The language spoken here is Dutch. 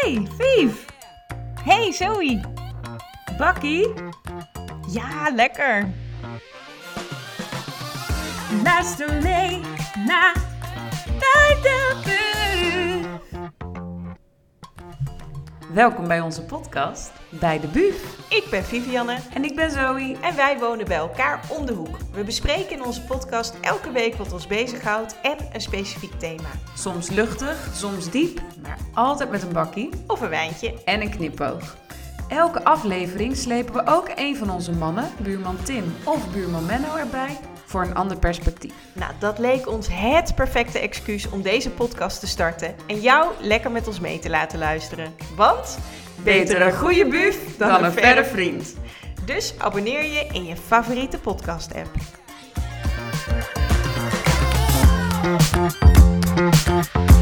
Hey, Vief. Hey Zoe. Bakkie. Ja, lekker. Luister mee naar Bij de Buf. Welkom bij onze podcast Bij de Buf. Ik ben Vivianne En ik ben Zoe. en wij wonen bij elkaar om de hoek. We bespreken in onze podcast elke week wat ons bezighoudt en een specifiek thema. Soms luchtig, soms diep, maar altijd met een bakkie Of een wijntje. en een knipoog. Elke aflevering slepen we ook een van onze mannen, buurman Tim of buurman Menno erbij, voor een ander perspectief. Nou, dat leek ons het perfecte excuus om deze podcast te starten en jou lekker met ons mee te laten luisteren. Want Beter een goede buf dan een verre vriend. Dus abonneer je in je favoriete podcast-app.